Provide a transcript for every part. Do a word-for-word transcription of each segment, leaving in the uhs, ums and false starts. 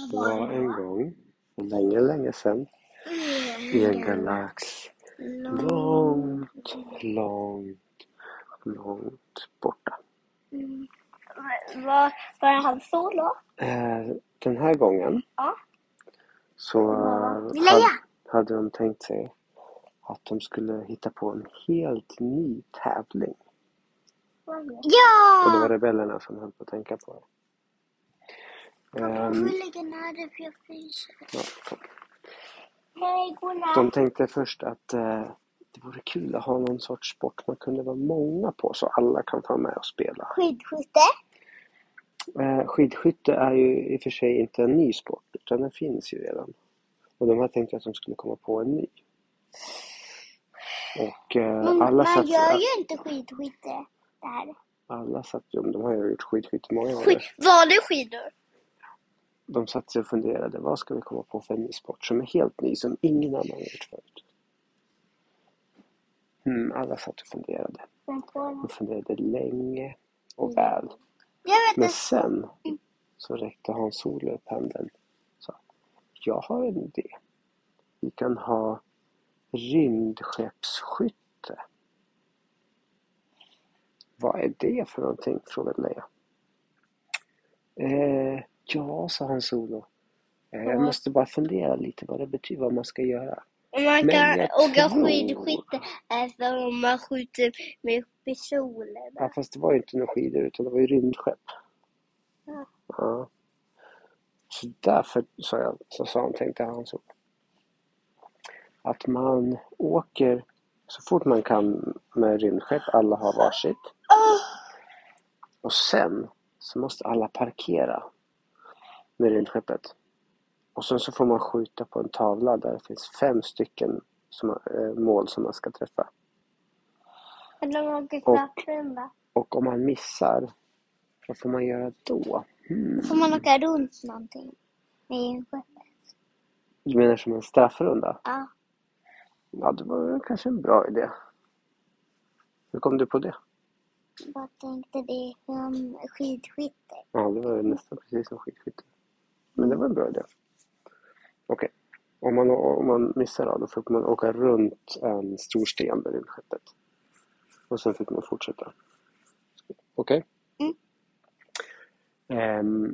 Det var en gång, för länge, länge sedan, i en galax långt, långt, långt borta. Mm. Var, var det Han Solo? Eh, den här gången Ja. så Ja. hade, hade de tänkt sig att de skulle hitta på en helt ny tävling. Ja! Och det var rebellerna som höll på att tänka på det. Jag får lägga nära för jag fryser. Ja, kom. Hej, godnatt. De tänkte först att eh, det vore kul att ha någon sorts sport man kunde vara många på så alla kan få med och spela. Skidskytte? Eh, skidskytte är ju i och för sig inte en ny sport utan den finns ju redan. Och de har tänkt att de skulle komma på en ny. Och eh, Men alla man satt, gör ju inte skidskytte där. Alla satt ju, de har ju gjort skidskytte många gånger. Skid, vanliga skidor? De satt sig och funderade, vad ska vi komma på för en ny sport som är helt ny, som ingen annan har gjort förut. Mm, alla satt och funderade. De funderade länge och väl. Jag vet Men inte. sen så räckte Han Solo upp handen. Så, jag har en idé. Vi kan ha rymdskeppsskytte. Vad är det för någonting? Frågade Leia. Eh, ja, sa Han Solo. Eh, jag måste bara fundera lite vad det betyder, vad man ska göra. Om man Men kan jag åka tror- skidskytte är för om man skjuter med pistoler. Ja, fast det var ju inte några skidor utan det var ju rymdskepp. Ja. Ja. Så därför sa jag, så sa han, tänkte han så. Att man åker så fort man kan med rymdskepp, alla har varsitt. Och sen så måste alla parkera med rymdskeppet. Och sen så får man skjuta på en tavla där det finns fem stycken som, äh, mål som man ska träffa. Eller man åker Och- straffrunda. Och om man missar, vad får man göra då? Hmm. Får man åka runt någonting med skeppet? Du menar som en straffrunda? Ja. Ja, det var kanske en bra idé. Hur kom du på det? Jag tänkte det som skidskytte. Ja, det var nästan precis som skidskytte. Men det var en bra idé. Okej. Om man, om man missar då, då får man åka runt en stor sten med rymdskeppet. Och sen fick man fortsätta. Okej? Mm. Ehm,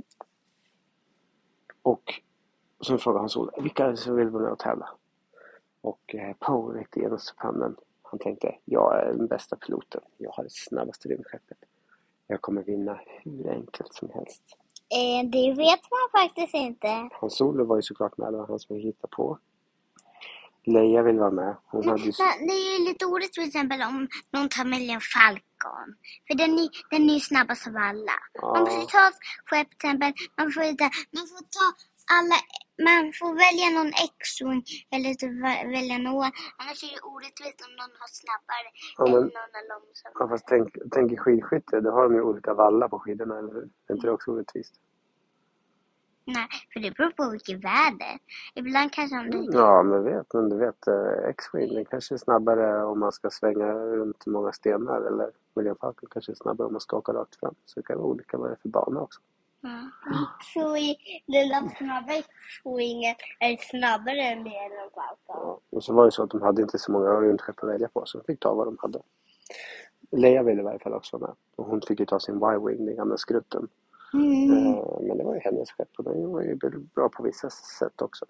och så frågade Han Solo, vilka så vill vara med och tävla? Och eh, Poe räckte genast upp handen. Han tänkte, jag är den bästa piloten. Jag har det snabbaste rymdskeppet. Jag kommer vinna hur enkelt som helst. Eh, det vet man faktiskt inte. Han Solo var ju såklart med. Det var han som hittade på. Leia vill vara med. Hon Men, hade ju... men det är ju lite orätt till exempel om någon tar Millennium Falcon. För den är, den är ju snabbast av alla. Ja. Man får ju ta skepp till exempel. Man får, inte, man får ta alla. Man får välja någon X-wing eller typ välja någon. Annars är det orättvist om någon har snabbare Ja, men- eller någon har långsammare. Ja, fast tänk, tänk i skidskytte. Då har de ju olika vallar på skidorna, eller hur? Är inte det också orättvist? Nej, för det beror på vilket väder. Ibland kanske om det... Ja, men vet, men du vet, eh, X-wing den kanske är snabbare om man ska svänga runt många stenar. Eller Millennium Falcon kanske är snabbare om man ska åka rakt fram. Så det kan vara olika vad det är för bana också. Mm. Så i den där snabba X-wingen är snabbare än Millennium Falcon. Ja, och så var det så att de hade inte så många rymdskepp att välja på. Så de fick ta vad de hade. Leia ville i varje fall också med. Och hon fick ju ta sin Y-wing, den gamla skrutten. Mm. Eh, men det var ju hennes skepp och den var ju bra på vissa sätt också.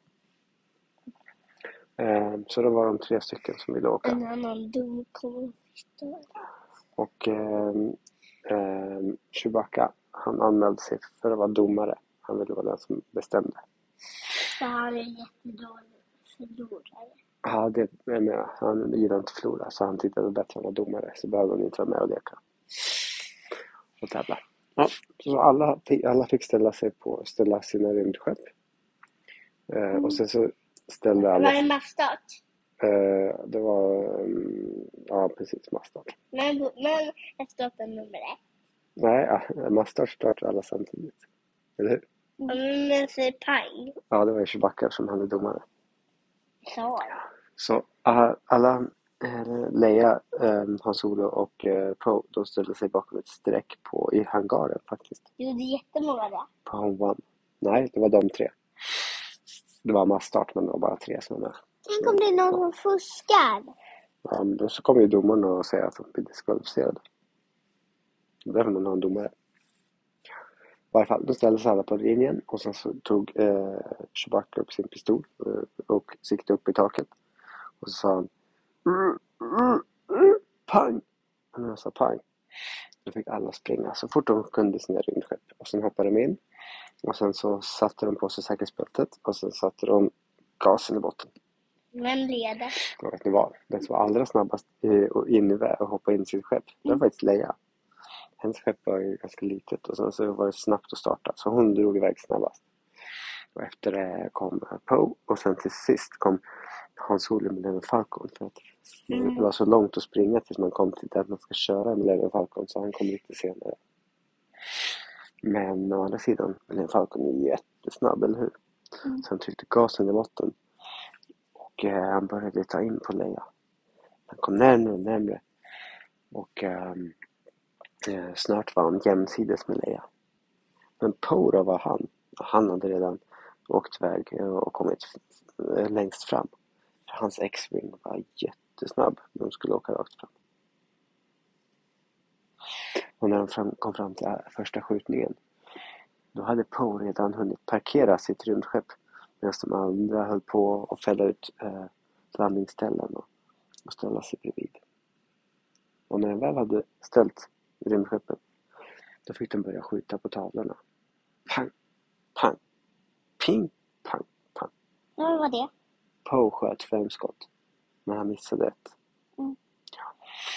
Eh, så då var de tre stycken som ville åka. En annan dum kommer att förstå. Och eh, eh, Chewbacca, han anmälde sig för att vara domare. Han ville vara den som bestämde. Så han är jättedålig förlorare. Ja, det är med. Han gillade inte att förlora, så han tittade bättre än domare. Så behövde han inte vara med och leka. Och tävla. Ja, så alla, alla fick ställa sig på ställa sina rymdskepp. Eh, Mm. Och sen så ställde Var alla... det massstart? Eh, det var... Um, ja, precis. Massstart. Men, men jag startar nummer ett. Nej, ja, massstart startade alla samtidigt. Eller hur? Mm. Men säger pang. Ja, det var ju Chewbacca som hade domare. Så jag. Så alla, alla eh, Leia, eh, Han Solo och eh, Poe, de ställde sig bakom ett streck på, i hangaren faktiskt. Gjorde jättemånga det. På Home One. Nej, det var de tre. Det var massstart, men det var bara tre som var med. Tänk om det är någon som fuskar. Ja, men då så kommer ju domaren och säger att de blir diskvalificerade. Därför man har en domare. I varje fall, då ställde sig alla på linjen och sen så tog eh, Chewbacca upp sin pistol eh, och siktade upp i taket. Och så sa han mm, mm, mm, pang! Och när han sa pang, då fick alla springa så fort de kunde sina rymdskepp. Och sen hoppade de in och sen så satte de på sig säkerhetsbältet och sen satte de gasen i botten. Men leder. Och vet ni vad? Den som var allra snabbast in i väg och hoppade in i sitt skepp, det var faktiskt Leia. Hennes skepp var ju ganska litet och sen så var det snabbt att starta. Så hon drog iväg snabbast. Och efter det kom Poe och sen till sist kom Han Solo med Millennium Falcon. För att mm. det var så långt att springa tills man kom till där man ska köra Millennium Falcon, så han kom lite senare. Men å andra sidan, Millennium Falcon är jättesnabb, eller hur? Mm. Så han tryckte gasen i botten. Och eh, han började ta in på Leia. Han kom närmare och närmare. Och eh, eh, snart var han jämsides med Leia. Men Poe då var han. Han hade redan åkt iväg och kommit längst fram. Hans X-Wing var jättesnabb när de skulle åka rakt fram. Och när de fram, kom fram till första skjutningen, då hade Poe redan hunnit parkera sitt rymdskepp medan de andra höll på att fälla ut eh, landningsställen och, och ställa sig bredvid. Och när de väl hade ställt rymdskeppet, då fick de börja skjuta på tavlorna. Pang, pang, ping, pang, pang. Vad var det? Poe sköt fem skott, men han missade ett. Mm. Ja.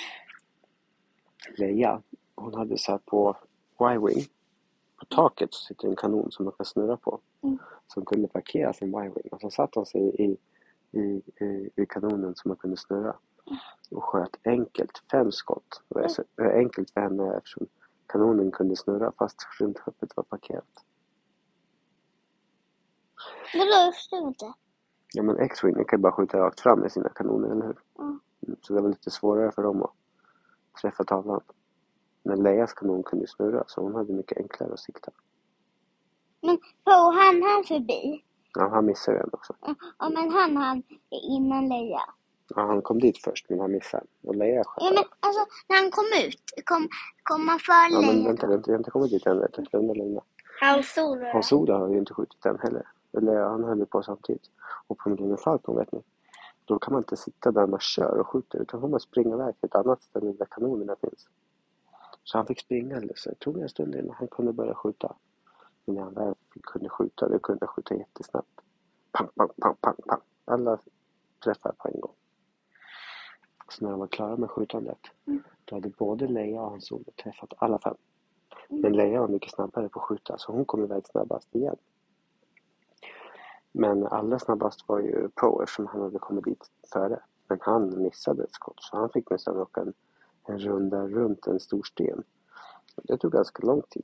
Leia, hon hade så här på Y-Wing. På taket så sitter en kanon som man kan snurra på. Mm. Som kunde parkera sin Y-Wing. Och så satt hon sig i, i, i, i kanonen som man kunde snurra. Och sköt enkelt fem skott. Det var så enkelt för henne eftersom kanonen kunde snurra fast rymdskeppet var parkerat. Men då förstår jag inte. Ja, men X-Wing kan bara skjuta rakt fram med sina kanoner, eller hur? Mm. Så det var lite svårare för dem att träffa tavlan. Men Leias kanon kunde snurra, så hon hade mycket enklare att sikta. Men Poe, han han förbi? Ja, han missade den också. Ja, men han han innan Leia. Ja, han kom dit först, men han missade. Och Leia sköt. Ja, men alltså, när han kom ut, kom, kom han för Ja, Leia? men vänta, vänta, jag har inte kommit dit än. Vänta, vänta, vänta. Han Solo. Han Solo har ju inte skjutit den heller. Eller han höll på samtidigt. Och på Millennium Falcon, vet ni. Då kan man inte sitta där man kör och skjuter. Utan får man springa iväg till ett annat ställe där kanonerna finns. Så han fick springa alldeles. Det tog en stund innan han kunde börja skjuta. Men när han väl kunde skjuta, det kunde skjuta jättesnabbt. Pang, pang, pang, pang, pang. Alla träffar på en gång. Så när de var klara med skjutandet, mm. då hade både Leia och Han Solo träffat alla fem. Mm. Men Leia var mycket snabbare på att skjuta, så hon kom iväg snabbast igen. Men allra snabbast var ju Poe, eftersom han hade kommit dit före. Men han missade ett skott, så han fick nästan åka en, en runda runt en stor sten. Det tog ganska lång tid.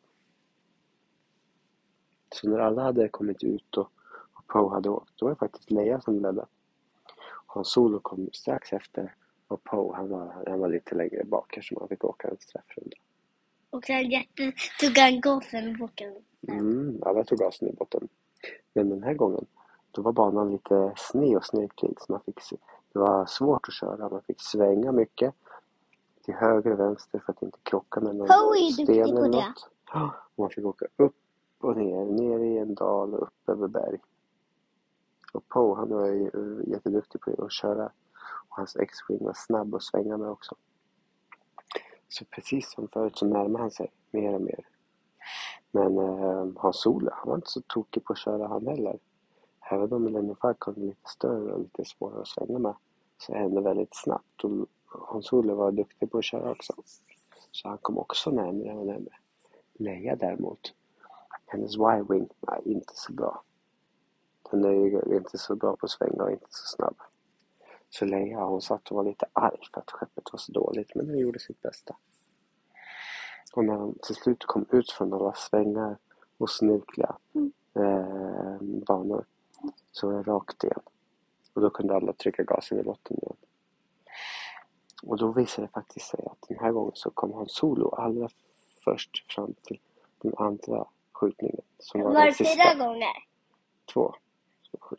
Så när alla hade kommit ut och, och Poe hade åkt, då var det faktiskt Leia som ledde. Han Solo kom strax efter. Och Poe, han var, han var lite längre bak, så man fick åka en straffrunda. Och sen jätte, tog han gasen i botten. Mm, alla tog gasen i botten. Men den här gången, då var banan lite sned och snirklig. Så man fick, det var svårt att köra. Man fick svänga mycket till höger och vänster för att inte krocka med någon sten eller något. Och man fick åka upp och ner, ner i en dal och upp över berg. Och Poe, han var ju jätteduktig på att köra. Och hans X-Wing var snabb och svänga med också. Så precis som förut så närmade han sig mer och mer. Men eh, Han Solo, han var inte så tokig på att köra han heller. Även om Millennium Falcon är lite större och lite svårare att svänga med, så hände väldigt snabbt. Och Han Solo var duktig på att köra också. Så han kom också närmare och närmare. Leia däremot, hennes Y-Wing är inte så bra. Den är ju inte så bra på att svänga och inte så snabb. Så Leia, hon satt och var lite arg för att skeppet var så dåligt, men den gjorde sitt bästa. Och när han till slut kom ut från alla svängar och snirkliga eh, banor, så var det rakt igen. Och då kunde alla trycka gasen i botten igen. Och då visade det faktiskt sig att den här gången så kom Han Solo allra först fram till den andra skjutningen. Som var, var den sista. Fyra gånger? Två. Så skjuta.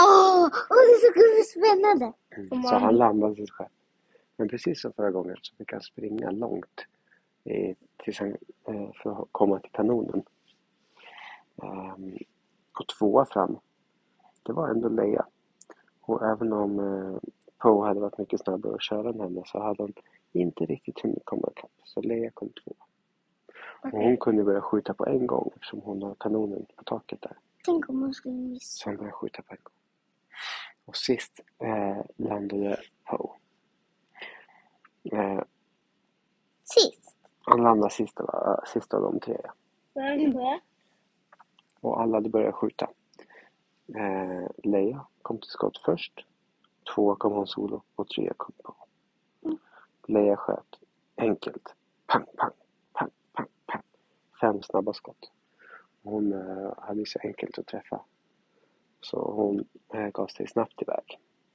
Åh, oh, det är så kul, spännande. Mm. Så han landade sitt skepp. Men precis som förra gången så fick han springa långt eh, tills han, eh, för att komma till kanonen. Um, och tvåa fram, det var ändå Leia. Och även om eh, Poe hade varit mycket snabbare att köra än henne så hade hon inte riktigt hunnit komma ikapp. Så Leia kom tvåa. Okay. Och hon kunde börja skjuta på en gång eftersom hon har kanonen på taket där. Tänk om hon skulle missa. Så hon började skjuta på en gång. Och sist eh, landade Poe. Eh, Sist? Han landade sista, va? Sista av de tre. Mm. Och alla hade börjat skjuta. Eh, Leia kom till skott först. Två kom hon Solo och tre kom Poe. Mm. Leia sköt enkelt. Pang, pang, pang, pang, pang. Fem snabba skott. Hon eh, hade så enkelt att träffa. Så hon eh, gav sig snabbt iväg.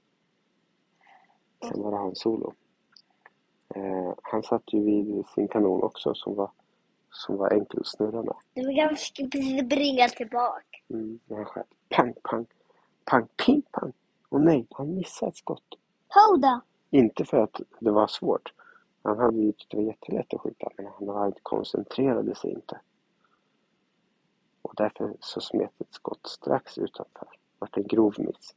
Sen var det han Solo. Eh, han satt ju vid sin kanon också som var, som var enkel att snurra med. Det var ganska bringa tillbaka. Mm, han sköt pang, pang, pang, ping, pang. Och nej, han missade ett skott. Hoda! Inte för att det var svårt. Han hade ju tyckt det var jättelätt att skjuta. Men han hade koncentrerade sig inte. Och därför så smet ett skott strax utanför. Det var en grov miss.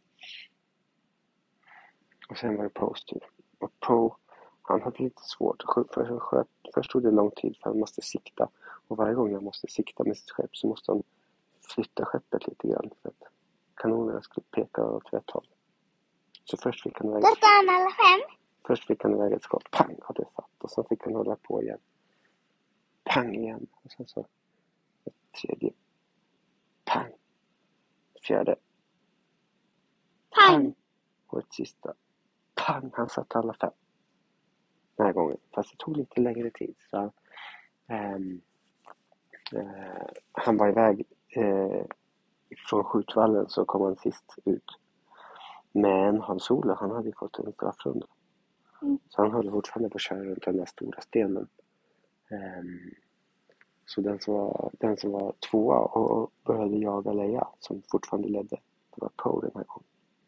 Och sen var det Poes tur. Och Poe, han hade lite svårt. Först, sköt, först tog det lång tid för han måste sikta. Och varje gång han måste sikta med sitt skepp så måste han flytta skeppet lite grann. För att kanonerna skulle peka åt rätt håll. Så först fick han iväg... Detta är alla fem. Först fick han iväg ett skott. Pang, och det satt. Och sen fick han hålla på igen. Pang igen. Och sen så ett tredje. Pang. Fjärde. Pang. Pang. Och ett sista. Pang. Han satt alla fem. Den här gången. Fast det tog lite längre tid. Så ähm, äh, han var iväg äh, från skjutvallen så kom han sist ut. Men Han Solo, han hade fått en straffrunda. Mm. Så han höll fortfarande på att köra runt den där stora stenen. Ähm, så den som, var, den som var tvåa och började jaga Leia, som fortfarande ledde, det var Poe den här gången.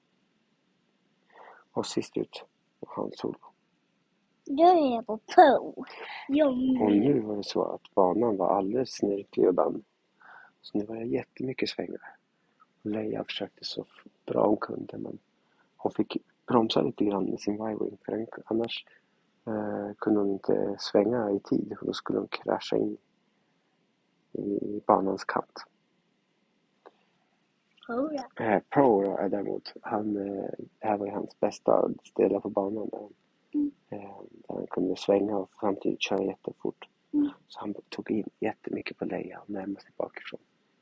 Och sist ut var Han Solo. Jag är på Poe. Och nu var det så att banan var alldeles snirklig och damm. Så nu var det jättemycket svängar. Och Leia försökte så bra hon kunde, men hon fick bromsa lite grann med sin Y-wing. För annars eh, kunde hon inte svänga i tid. Och då skulle hon krascha in i banans kant. Oh, ja. eh, Poe är däremot, han, eh, det här var ju hans bästa ställe på banan. Där, mm. eh, där han kunde svänga och samtidigt köra jättefort. Mm. Så han tog in jättemycket på Leia och närmade sig bakifrån.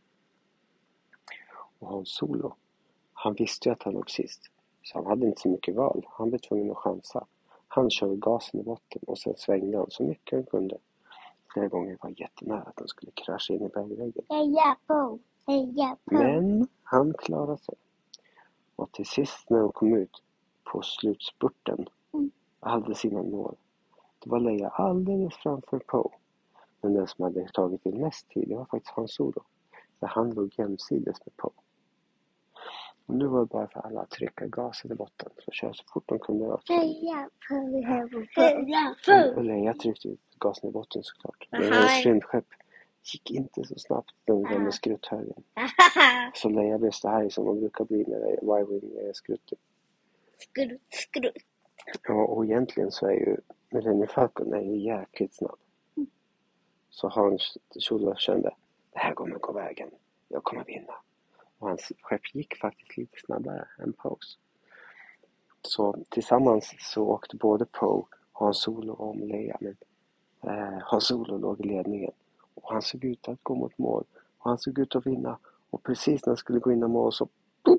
Och Han Solo, han visste ju att han låg sist. Så han hade inte så mycket val. Han blev tvungen att chansa. Han körde gasen i botten och sen svängde han så mycket han kunde. Flera gånger var jättenära att han skulle krascha in i bergväggen. Heja på, heja på. Men han klarade sig. Och till sist när de kom ut på slutspurten, mm. alldeles innan mål, då var Leia alldeles framför Poe. Men den som hade tagit in mest tid, det var faktiskt Han Solo. För han låg jämsides med Poe. Och nu var det bara för alla att trycka gasen i botten. Så köra så fort de kunde. Heja på, heja på, heja på. Och Leia tryckte ut gasen i botten såklart. Men hans rymdskepp gick inte så snabbt den där med skrutthögen. Så Leia blev så här som man brukar bli när Y-wing är skrutt. Skrutt, skrutt. Och, och egentligen så är ju Millennium Falcon är ju jäkligt snabb. Mm. Så Hans Solo kände, det här kommer gå vägen. Jag kommer vinna. Och hans skepp gick faktiskt lite snabbare än Poes. Så tillsammans så åkte både Poe och Han Solo om Leia. Men eh, Han Solo låg i ledningen. Och han såg ut att gå mot mål. Och han såg ut att vinna. Och precis när han skulle gå in i mål så...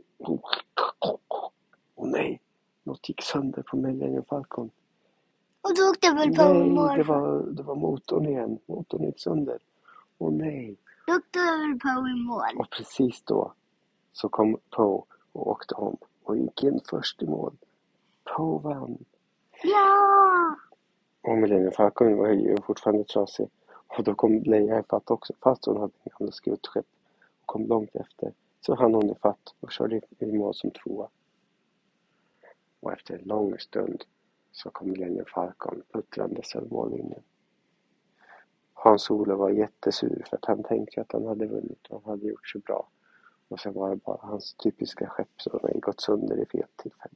Och nej, något gick sönder på Millennium Falcon. Och då åkte väl Poe i mål? Nej, det var, det var motorn igen. Motorn gick sönder. Och nej. Då åkte väl Poe i mål? Och precis då så kom Poe och åkte om. Och gick in först i mål. Poe vann. Ja! Och Millennium Falcon var ju fortfarande trasig. Och då kom Leia i fatt också. Fast hon hade en gamla skrutskepp. Och kom långt efter. Så hann hon ifatt och körde i mål som tvåa. Och efter en lång stund så kom Millennium Falcon puttrandes över mållinjen. Hans-Olof var jättesur för att han tänkte att han hade vunnit och han hade gjort så bra. Och sen var det bara hans typiska skepp som hade gått sönder i fel tillfälle.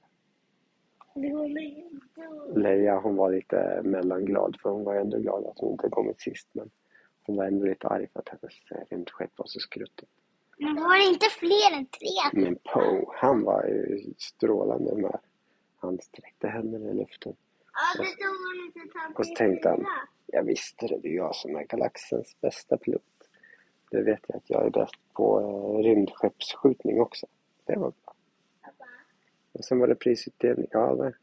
Leia, hon var lite mellanglad för hon var ändå glad att hon inte kommit sist. Men hon var ändå lite arg för att hennes rymdskepp var så skruttigt. Men var det inte fler än tre? Men Poe, han var ju strålande med. Han sträckte händerna i luften. Ja, det tog hon inte ta Och så tänkte han, jag visste det, det är jag som är galaxens bästa pilot. Det vet jag att jag är bäst på eh, rymdskeppsskjutning också. Det var bra. Och sen var det prisutdelning. Ja, det.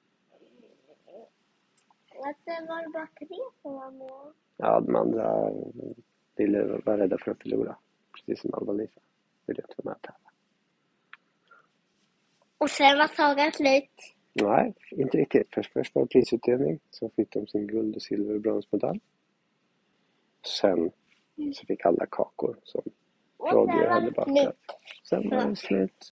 Varför var det bara tre som var med? Ja, de andra ville vara rädda för att förlora. Precis som Alba-Lisa. Ville inte vara med här. Och sen var sagan slut. Nej, inte riktigt. Först, först var det prisutdelning. Så fick de sin guld- och silver- och bronsmedalj. Sen så fick alla kakor som Roger hade bakat. Sen var det slut.